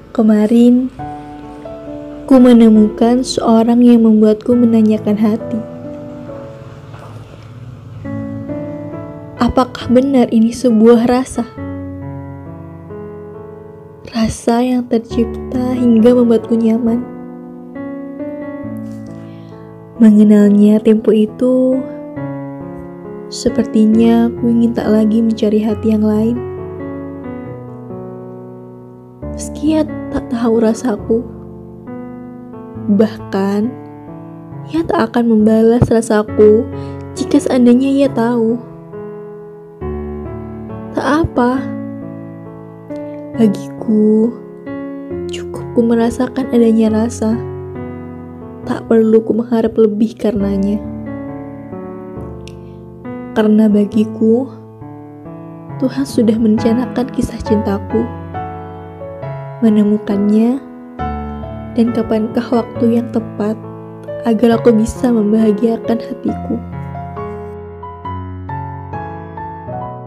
Kemarin, ku menemukan seorang yang membuatku menanyakan hati. Apakah benar ini sebuah rasa? Rasa yang tercipta hingga membuatku nyaman. Mengenalnya tempo itu, sepertinya ku ingin tak lagi mencari hati yang lain. Meski ia tak tahu rasaku, bahkan ia tak akan membalas rasaku jika seandainya ia tahu. Tak apa, bagiku cukup ku merasakan adanya rasa. Tak perlu ku mengharap lebih karenanya. Karena bagiku, Tuhan sudah merencanakan kisah cintaku. Menemukannya, dan kapankah waktu yang tepat agar aku bisa membahagiakan hatiku.